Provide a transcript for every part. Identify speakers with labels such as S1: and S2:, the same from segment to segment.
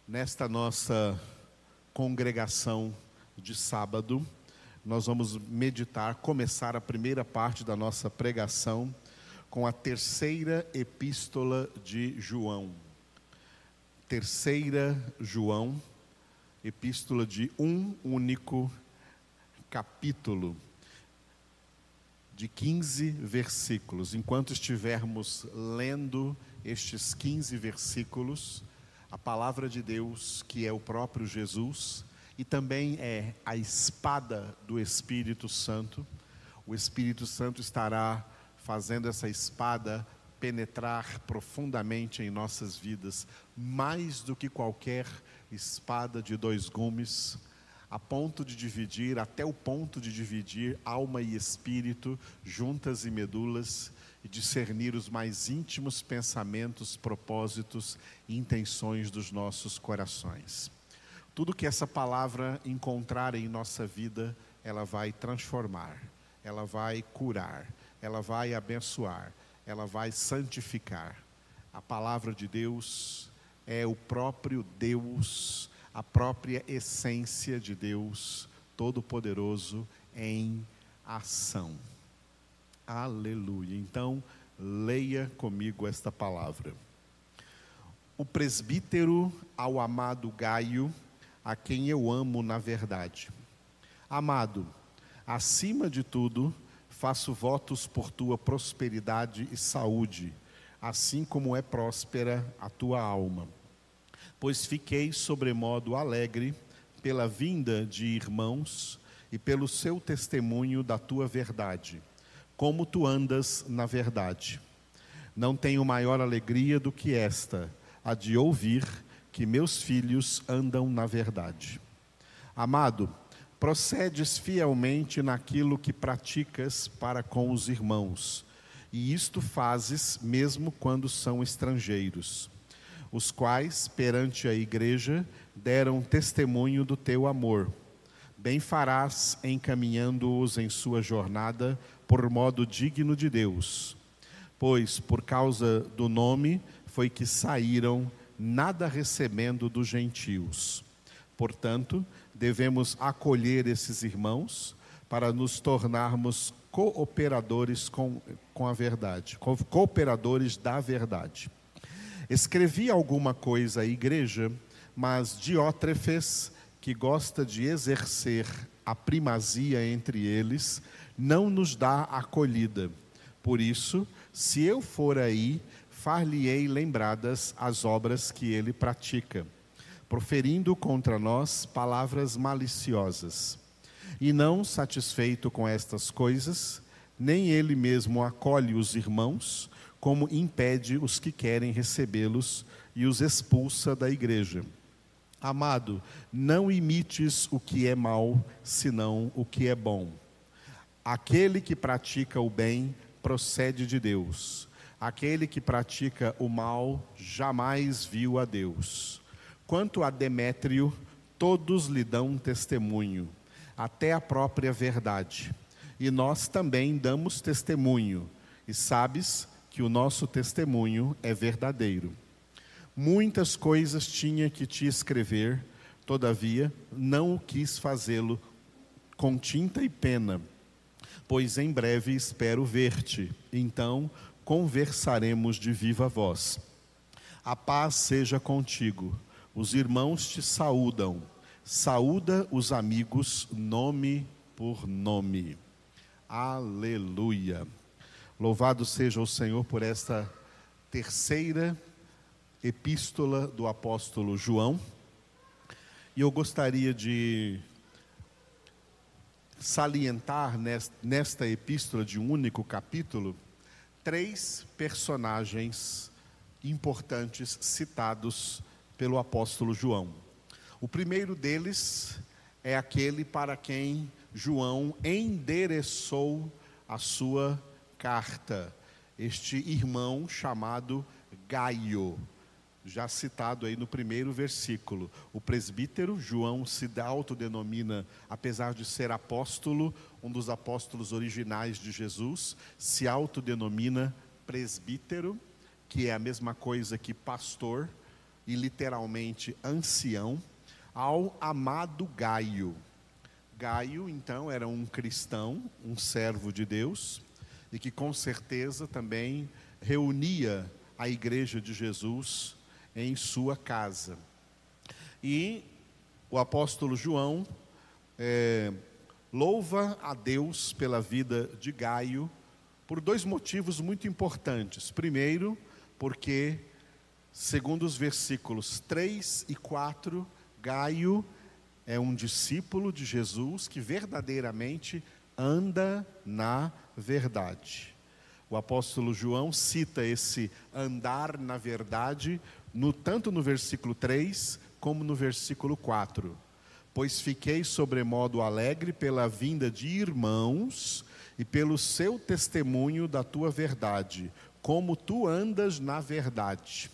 S1: Nesta nossa congregação de sábado, nós vamos começar a primeira parte da nossa pregação com a terceira epístola de João. Terceira João, epístola de um único capítulo, de 15 versículos. Enquanto estivermos lendo estes 15 versículos, a palavra de Deus, que é o próprio Jesus, e também é a espada do Espírito Santo. O Espírito Santo estará fazendo essa espada penetrar profundamente em nossas vidas, mais do que qualquer espada de dois gumes, até o ponto de dividir alma e espírito, juntas e medulas, e discernir os mais íntimos pensamentos, propósitos e intenções dos nossos corações. Tudo que essa palavra encontrar em nossa vida, ela vai transformar, ela vai curar, ela vai abençoar, ela vai santificar. A palavra de Deus é o próprio Deus, a própria essência de Deus Todo-Poderoso em ação. Aleluia. Então, leia comigo esta palavra. O presbítero ao amado Gaio, a quem eu amo na verdade. Amado, acima de tudo, faço votos por tua prosperidade e saúde, assim como é próspera a tua alma. Pois fiquei sobremodo alegre pela vinda de irmãos e pelo seu testemunho da tua verdade, como tu andas na verdade. Não tenho maior alegria do que esta, a de ouvir que meus filhos andam na verdade. Amado, procedes fielmente naquilo que praticas para com os irmãos, e isto fazes mesmo quando são estrangeiros, os quais, perante a igreja, deram testemunho do teu amor. Bem farás encaminhando-os em sua jornada por modo digno de Deus, pois por causa do nome foi que saíram, nada recebendo dos gentios. Portanto, devemos acolher esses irmãos para nos tornarmos cooperadores com a verdade, cooperadores da verdade. Escrevi alguma coisa à igreja, mas Diótrefes, que gosta de exercer a primazia entre eles, não nos dá acolhida. Por isso, se eu for aí, far-lhe-ei lembradas as obras que ele pratica, proferindo contra nós palavras maliciosas. E não satisfeito com estas coisas, nem ele mesmo acolhe os irmãos, como impede os que querem recebê-los e os expulsa da igreja. Amado, não imites o que é mal, senão o que é bom. Aquele que pratica o bem procede de Deus. Aquele que pratica o mal jamais viu a Deus. Quanto a Demétrio, todos lhe dão testemunho, até a própria verdade. E nós também damos testemunho, e sabes que o nosso testemunho é verdadeiro. Muitas coisas tinha que te escrever, todavia não quis fazê-lo com tinta e pena, pois em breve espero ver-te, então conversaremos de viva voz. A paz seja contigo, os irmãos te saúdam, saúda os amigos nome por nome. Aleluia. Louvado seja o Senhor por esta terceira epístola do apóstolo João. E eu gostaria de salientar nesta epístola de um único capítulo, 3 personagens importantes citados pelo apóstolo João. O primeiro deles é aquele para quem João endereçou a sua carta, este irmão chamado Gaio, já citado aí no primeiro versículo. O presbítero João se autodenomina, apesar de ser apóstolo, um dos apóstolos originais de Jesus, se autodenomina presbítero, que é a mesma coisa que pastor, e literalmente ancião, ao amado Gaio. Gaio, então, era um cristão, um servo de Deus, e que com certeza também reunia a igreja de Jesus em sua casa. E o apóstolo João louva a Deus pela vida de Gaio por dois motivos muito importantes. Primeiro, porque, segundo os versículos 3 e 4, Gaio é um discípulo de Jesus que verdadeiramente anda na verdade. O apóstolo João cita esse andar na verdade tanto no versículo 3 como no versículo 4. Pois fiquei sobremodo alegre pela vinda de irmãos e pelo seu testemunho da tua verdade, como tu andas na verdade.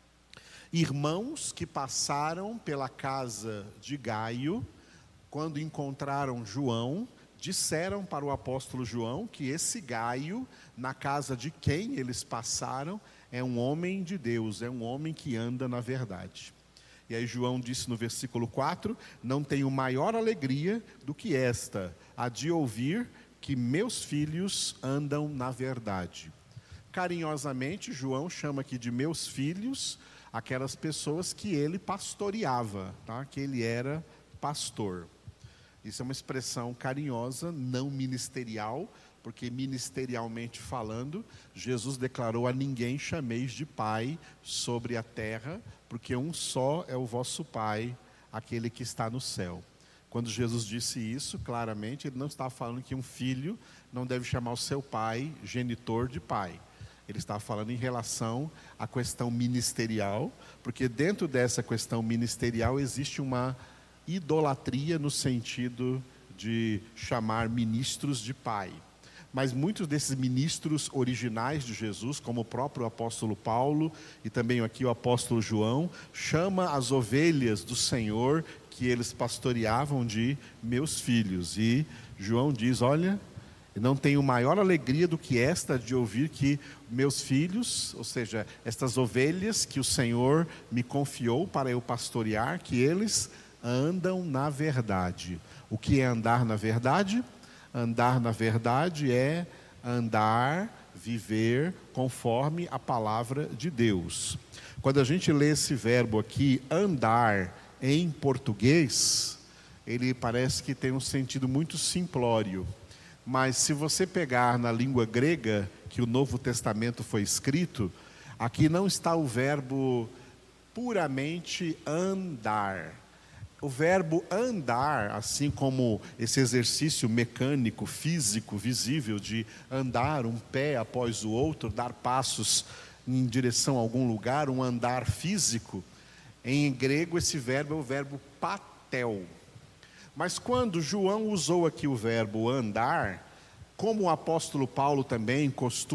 S1: Irmãos que passaram pela casa de Gaio, quando encontraram João, disseram para o apóstolo João que esse Gaio, na casa de quem eles passaram, é um homem de Deus, é um homem que anda na verdade. E aí João disse no versículo 4, não tenho maior alegria do que esta, a de ouvir que meus filhos andam na verdade. Carinhosamente, João chama aqui de meus filhos aquelas pessoas que ele pastoreava, tá? Que ele era pastor. Isso é uma expressão carinhosa, não ministerial, porque ministerialmente falando, Jesus declarou a ninguém chameis de pai sobre a terra, porque um só é o vosso pai, aquele que está no céu. Quando Jesus disse isso, claramente, ele não estava falando que um filho não deve chamar o seu pai, genitor, de pai. Ele estava falando em relação à questão ministerial, porque dentro dessa questão ministerial existe uma idolatria no sentido de chamar ministros de pai. Mas muitos desses ministros originais de Jesus, como o próprio apóstolo Paulo e também aqui o apóstolo João, chama as ovelhas do Senhor que eles pastoreavam de meus filhos. E João diz, olha, não tenho maior alegria do que esta de ouvir que meus filhos, ou seja, estas ovelhas que o Senhor me confiou para eu pastorear, que eles andam na verdade. O que é andar na verdade? Andar na verdade é andar, viver conforme a palavra de Deus. Quando a gente lê esse verbo aqui, andar, em português, ele parece que tem um sentido muito simplório. Mas se você pegar na língua grega, que o Novo Testamento foi escrito, aqui não está o verbo puramente andar. O verbo andar, assim como esse exercício mecânico, físico, visível de andar um pé após o outro, dar passos em direção a algum lugar, um andar físico, em grego esse verbo é o verbo patel. Mas quando João usou aqui o verbo andar, como o apóstolo Paulo também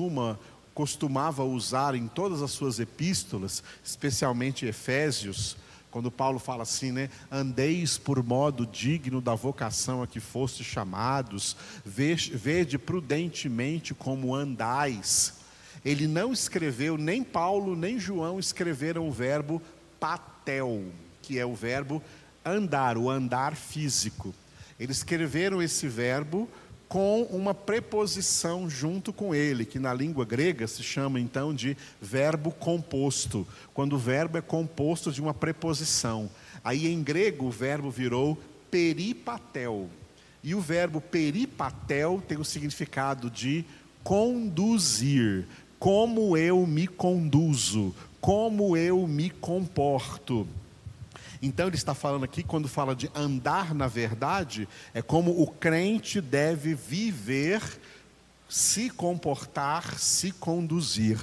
S1: costumava usar em todas as suas epístolas, especialmente Efésios, quando Paulo fala assim, né? Andeis por modo digno da vocação a que fostes chamados, vede prudentemente como andais. Ele não escreveu, nem Paulo nem João escreveram o verbo patel, que é o verbo andar, o andar físico. Eles escreveram esse verbo com uma preposição junto com ele, que na língua grega se chama então de verbo composto, quando o verbo é composto de uma preposição. Aí em grego o verbo virou peripatel, e o verbo peripatel tem o significado de conduzir, como eu me conduzo, como eu me comporto. Então ele está falando aqui, quando fala de andar na verdade, é como o crente deve viver, se comportar, se conduzir.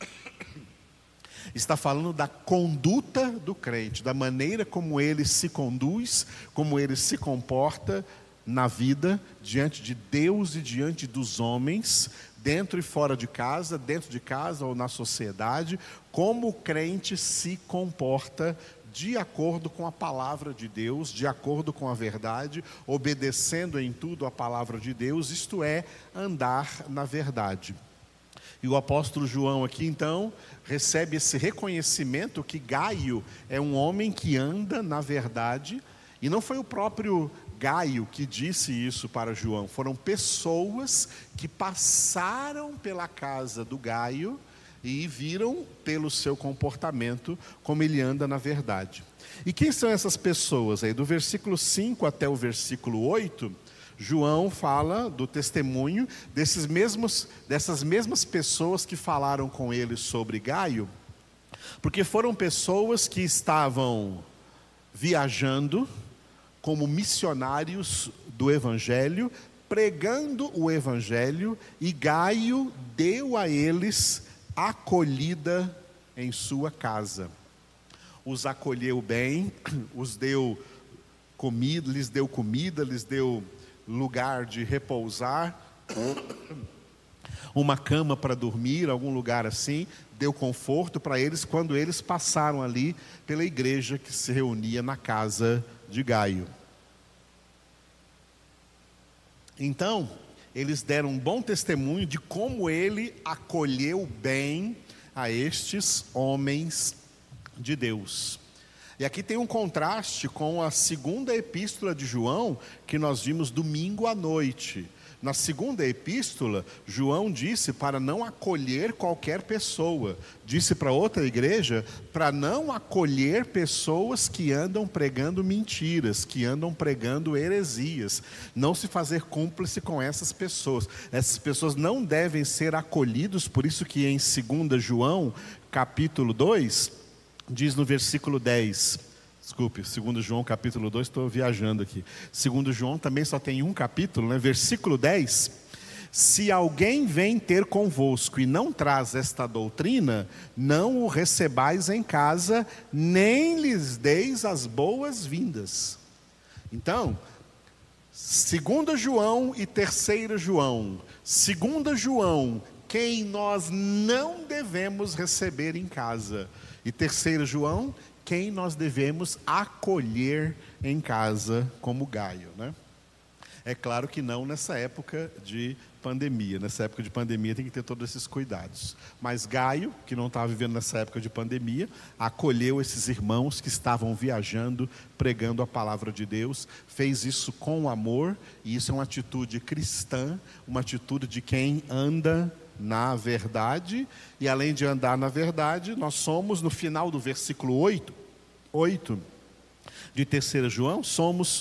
S1: Está falando da conduta do crente, da maneira como ele se conduz, como ele se comporta na vida, diante de Deus e diante dos homens, dentro e fora de casa, dentro de casa ou na sociedade, como o crente se comporta de acordo com a palavra de Deus, de acordo com a verdade, obedecendo em tudo a palavra de Deus, isto é, andar na verdade. E o apóstolo João aqui, então, recebe esse reconhecimento que Gaio é um homem que anda na verdade. E não foi o próprio Gaio que disse isso para João. Foram pessoas que passaram pela casa do Gaio e viram pelo seu comportamento como ele anda na verdade. E quem são essas pessoas aí? Do versículo 5 até o versículo 8... João fala do testemunho dessas mesmas pessoas que falaram com ele sobre Gaio, porque foram pessoas que estavam viajando como missionários do Evangelho, pregando o Evangelho, e Gaio deu a eles acolhida em sua casa. Os acolheu bem, lhes deu comida, lhes deu lugar de repousar, uma cama para dormir, algum lugar assim, deu conforto para eles quando eles passaram ali pela igreja que se reunia na casa de Gaio. Então, eles deram um bom testemunho de como ele acolheu bem a estes homens de Deus. E aqui tem um contraste com a segunda epístola de João, que nós vimos domingo à noite. Na segunda epístola, João disse para não acolher qualquer pessoa. Disse para outra igreja para não acolher pessoas que andam pregando mentiras, que andam pregando heresias. Não se fazer cúmplice com essas pessoas. Essas pessoas não devem ser acolhidas, por isso que em 2 João, capítulo 2... diz no versículo 10, 2 João capítulo 2, estou viajando aqui. 2 João também só tem um capítulo, né? Versículo 10: se alguém vem ter convosco e não traz esta doutrina, não o recebais em casa, nem lhes deis as boas-vindas. Então, 2 João e 3 João. 2 João, quem nós não devemos receber em casa. E 3 João, quem nós devemos acolher em casa como Gaio, né? É claro que não nessa época de pandemia. Nessa época de pandemia tem que ter todos esses cuidados. Mas Gaio, que não estava vivendo nessa época de pandemia, acolheu esses irmãos que estavam viajando, pregando a palavra de Deus, fez isso com amor, e isso é uma atitude cristã, uma atitude de quem anda na verdade. E além de andar na verdade, nós somos, no final do versículo 8 de 3 João, somos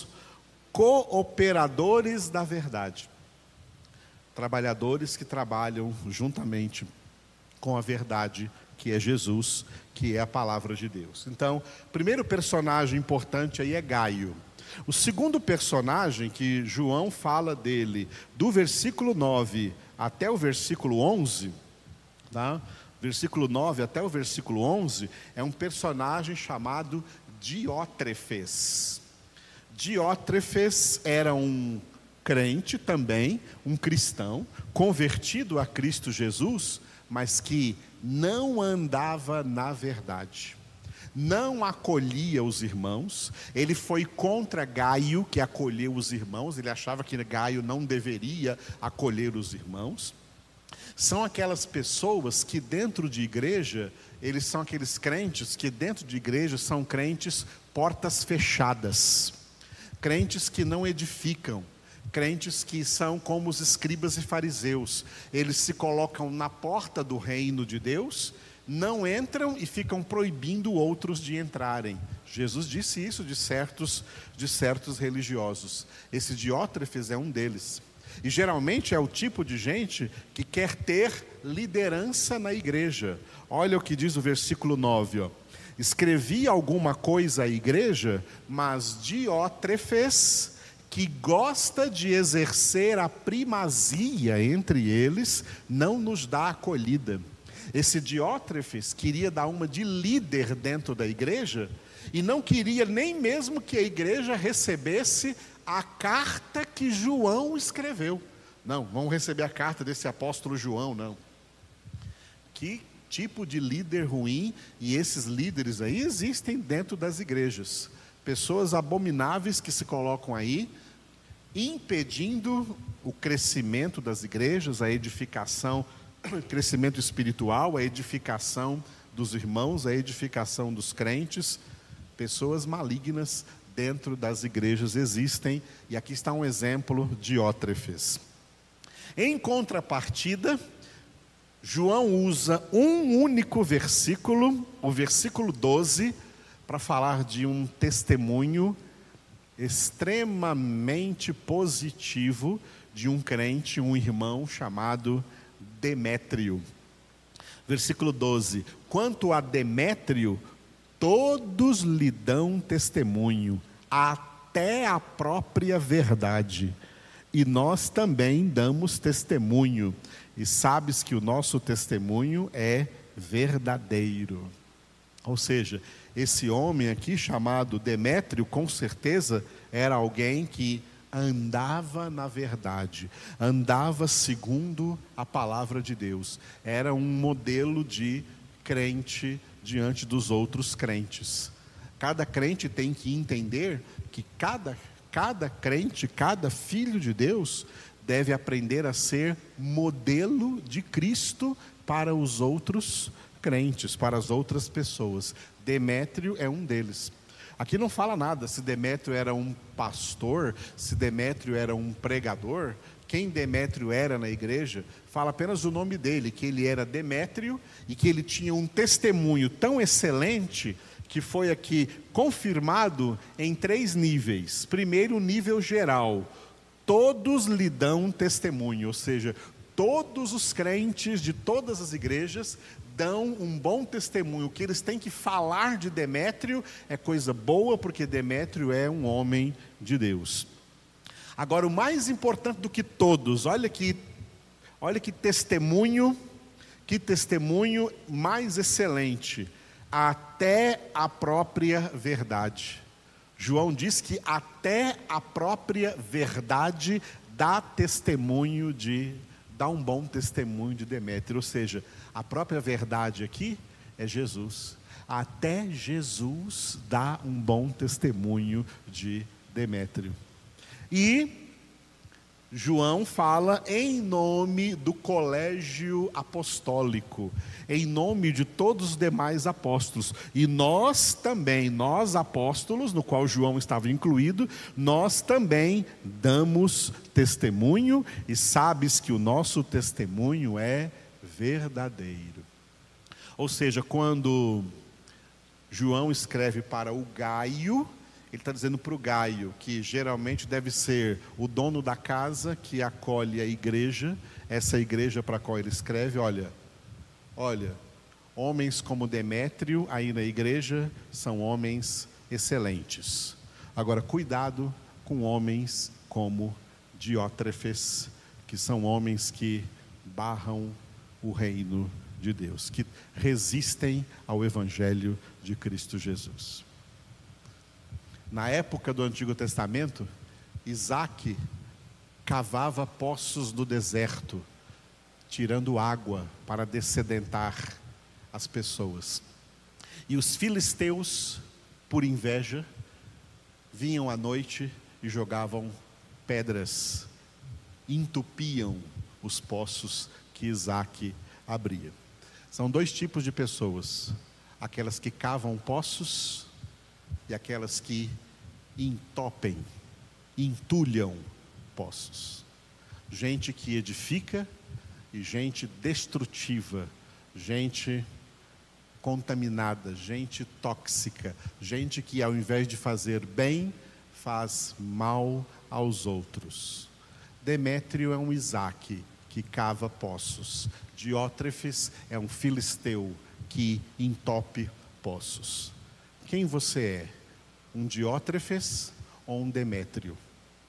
S1: cooperadores da verdade. Trabalhadores que trabalham juntamente com a verdade, que é Jesus, que é a palavra de Deus. Então, o primeiro personagem importante aí é Gaio. O segundo personagem que João fala dele, do versículo 9 até o versículo 11, tá? Versículo 9 até o versículo 11, é um personagem chamado Diótrefes. Diótrefes era um crente também, um cristão, convertido a Cristo Jesus, mas que não andava na verdade. Não acolhia os irmãos. Ele foi contra Gaio, que acolheu os irmãos. Ele achava que Gaio não deveria acolher os irmãos. São aquelas pessoas que dentro de igreja, eles são aqueles crentes que dentro de igreja são crentes portas fechadas, crentes que não edificam, crentes que são como os escribas e fariseus. Eles se colocam na porta do reino de Deus, não entram e ficam proibindo outros de entrarem. Jesus disse isso de certos religiosos. Esse Diótrefes é um deles. E geralmente é o tipo de gente que quer ter liderança na igreja. Olha o que diz o versículo 9, ó. Escrevi alguma coisa à igreja, mas Diótrefes, que gosta de exercer a primazia entre eles, não nos dá acolhida. Esse Diótrefes queria dar uma de líder dentro da igreja e não queria nem mesmo que a igreja recebesse a carta que João escreveu. Não, vamos receber a carta desse apóstolo João, não. Que tipo de líder ruim, e esses líderes aí existem dentro das igrejas. Pessoas abomináveis que se colocam aí, impedindo o crescimento das igrejas, a edificação crescimento espiritual, a edificação dos irmãos, a edificação dos crentes. Pessoas malignas dentro das igrejas existem, e aqui está um exemplo de Diótrefes. Em contrapartida, João usa um único versículo, o versículo 12, para falar de um testemunho extremamente positivo de um crente, um irmão chamado Demétrio. Versículo 12: quanto a Demétrio, todos lhe dão testemunho, até a própria verdade. E nós também damos testemunho, e sabes que o nosso testemunho é verdadeiro. Ou seja, esse homem aqui chamado Demétrio, com certeza era alguém que andava na verdade, andava segundo a palavra de Deus, era um modelo de crente diante dos outros crentes. Cada crente tem que entender que cada crente, cada filho de Deus deve aprender a ser modelo de Cristo para os outros crentes, para as outras pessoas. Demétrio é um deles. Aqui não fala nada se Demétrio era um pastor, se Demétrio era um pregador, quem Demétrio era na igreja. Fala apenas o nome dele, que ele era Demétrio e que ele tinha um testemunho tão excelente que foi aqui confirmado em 3 níveis. Primeiro, o nível geral: todos lhe dão testemunho, ou seja, todos os crentes de todas as igrejas dão um bom testemunho. O que eles têm que falar de Demétrio é coisa boa, porque Demétrio é um homem de Deus. Agora, o mais importante do que todos, olha que testemunho mais excelente: até a própria verdade. João diz que até a própria verdade dá um bom testemunho de Demétrio. Ou seja, a própria verdade aqui é Jesus. Até Jesus dá um bom testemunho de Demétrio. E João fala em nome do colégio apostólico, em nome de todos os demais apóstolos. E nós também, nós apóstolos, no qual João estava incluído, nós também damos testemunho, e sabes que o nosso testemunho é verdadeiro. Ou seja, quando João escreve para o Gaio, ele está dizendo para o Gaio, que geralmente deve ser o dono da casa que acolhe a igreja, essa igreja para a qual ele escreve: olha, homens como Demétrio aí na igreja são homens excelentes. Agora, cuidado com homens como Diótrefes, que são homens que barram o reino de Deus, que resistem ao evangelho de Cristo Jesus. Na época do Antigo Testamento, Isaac cavava poços no deserto, tirando água para dessedentar as pessoas. E os filisteus, por inveja, vinham à noite e jogavam pedras, entupiam os poços que Isaac abria. São 2 tipos de pessoas: aquelas que cavam poços e aquelas que entopem, entulham poços. Gente que edifica e gente destrutiva, gente contaminada, gente tóxica, gente que ao invés de fazer bem, faz mal aos outros. Demétrio é um Isaac que cava poços. Diótrefes é um filisteu que entope poços. Quem você é? Um Diótrefes ou um Demétrio?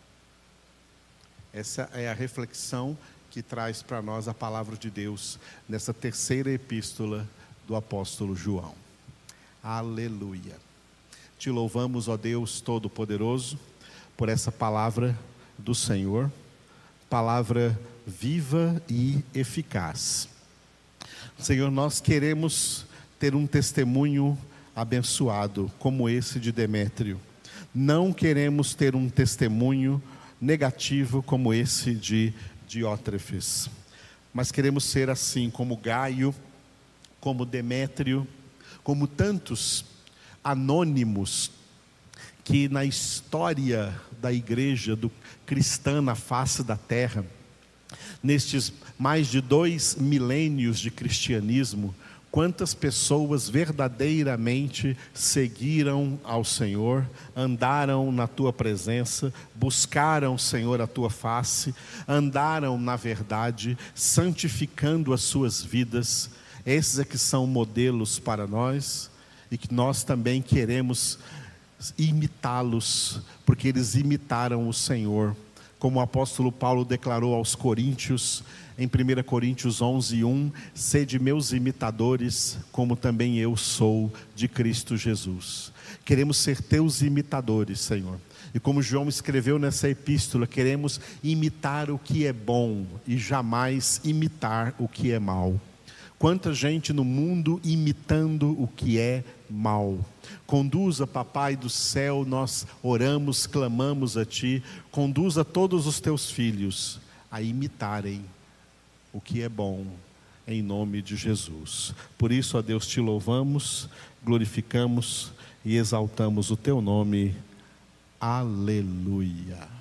S1: Essa é a reflexão que traz para nós a palavra de Deus nessa 3ª epístola do apóstolo João. Aleluia! Te louvamos, ó Deus Todo-Poderoso, por essa palavra do Senhor, palavra viva e eficaz. Senhor, nós queremos ter um testemunho abençoado como esse de Demétrio. Não queremos ter um testemunho negativo como esse de Diótrefes. mas queremos ser assim como Gaio, como Demétrio, como tantos anônimos que na história da igreja cristã na face da terra, nestes mais de 2 milênios de cristianismo, quantas pessoas verdadeiramente seguiram ao Senhor, andaram na Tua presença, buscaram, Senhor, a Tua face, andaram na verdade, santificando as suas vidas. Esses é que são modelos para nós e que nós também queremos imitá-los, porque eles imitaram o Senhor. Como o apóstolo Paulo declarou aos Coríntios, em 1 Coríntios 11:1, sede meus imitadores, como também eu sou de Cristo Jesus. Queremos ser teus imitadores, Senhor. E como João escreveu nessa epístola, queremos imitar o que é bom e jamais imitar o que é mal. Quanta gente no mundo imitando o que é mal. Conduza, Papai do céu, nós oramos, clamamos a Ti, conduza todos os Teus filhos a imitarem o que é bom, em nome de Jesus. Por isso, ó Deus, Te louvamos, glorificamos e exaltamos o Teu nome. Aleluia.